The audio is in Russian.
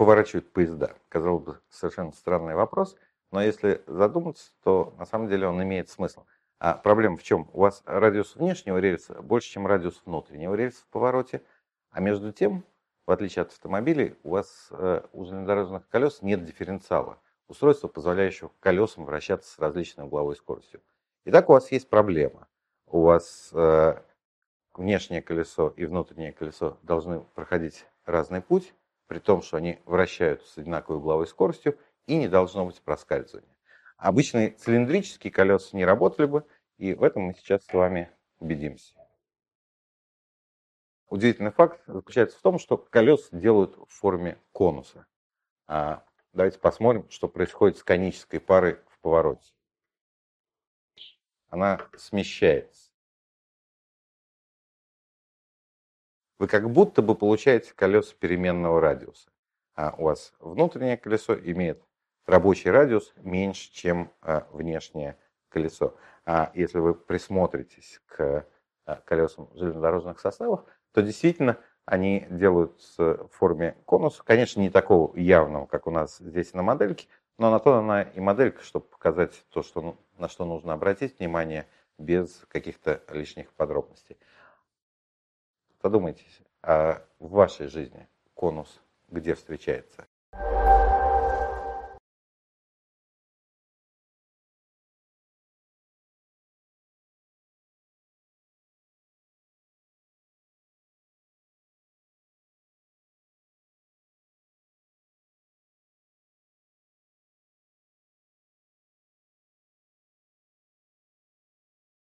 поворачивают поезда? Казалось бы, совершенно странный вопрос, но если задуматься, то на самом деле он имеет смысл. А проблема в чем? У вас радиус внешнего рельса больше, чем радиус внутреннего рельса в повороте, а между тем, в отличие от автомобилей, у вас у железнодорожных колес нет дифференциала, устройства, позволяющего колесам вращаться с различной угловой скоростью. Итак, у вас есть проблема. У вас внешнее колесо и внутреннее колесо должны проходить разный путь, при том, что они вращаются с одинаковой угловой скоростью, и не должно быть проскальзывания. Обычные цилиндрические колеса не работали бы, и в этом мы сейчас с вами убедимся. Удивительный факт заключается в том, что колеса делают в форме конуса. Давайте посмотрим, что происходит с конической парой в повороте. Она смещается. Вы как будто бы получаете колеса переменного радиуса. У вас внутреннее колесо имеет рабочий радиус меньше, чем внешнее колесо. Если вы присмотритесь к колесам железнодорожных составов, то действительно они делаются в форме конуса. Конечно, не такого явного, как у нас здесь на модельке, но на то она и моделька, чтобы показать то, на что нужно обратить внимание без каких-то лишних подробностей. Подумайте, а в вашей жизни конус где встречается?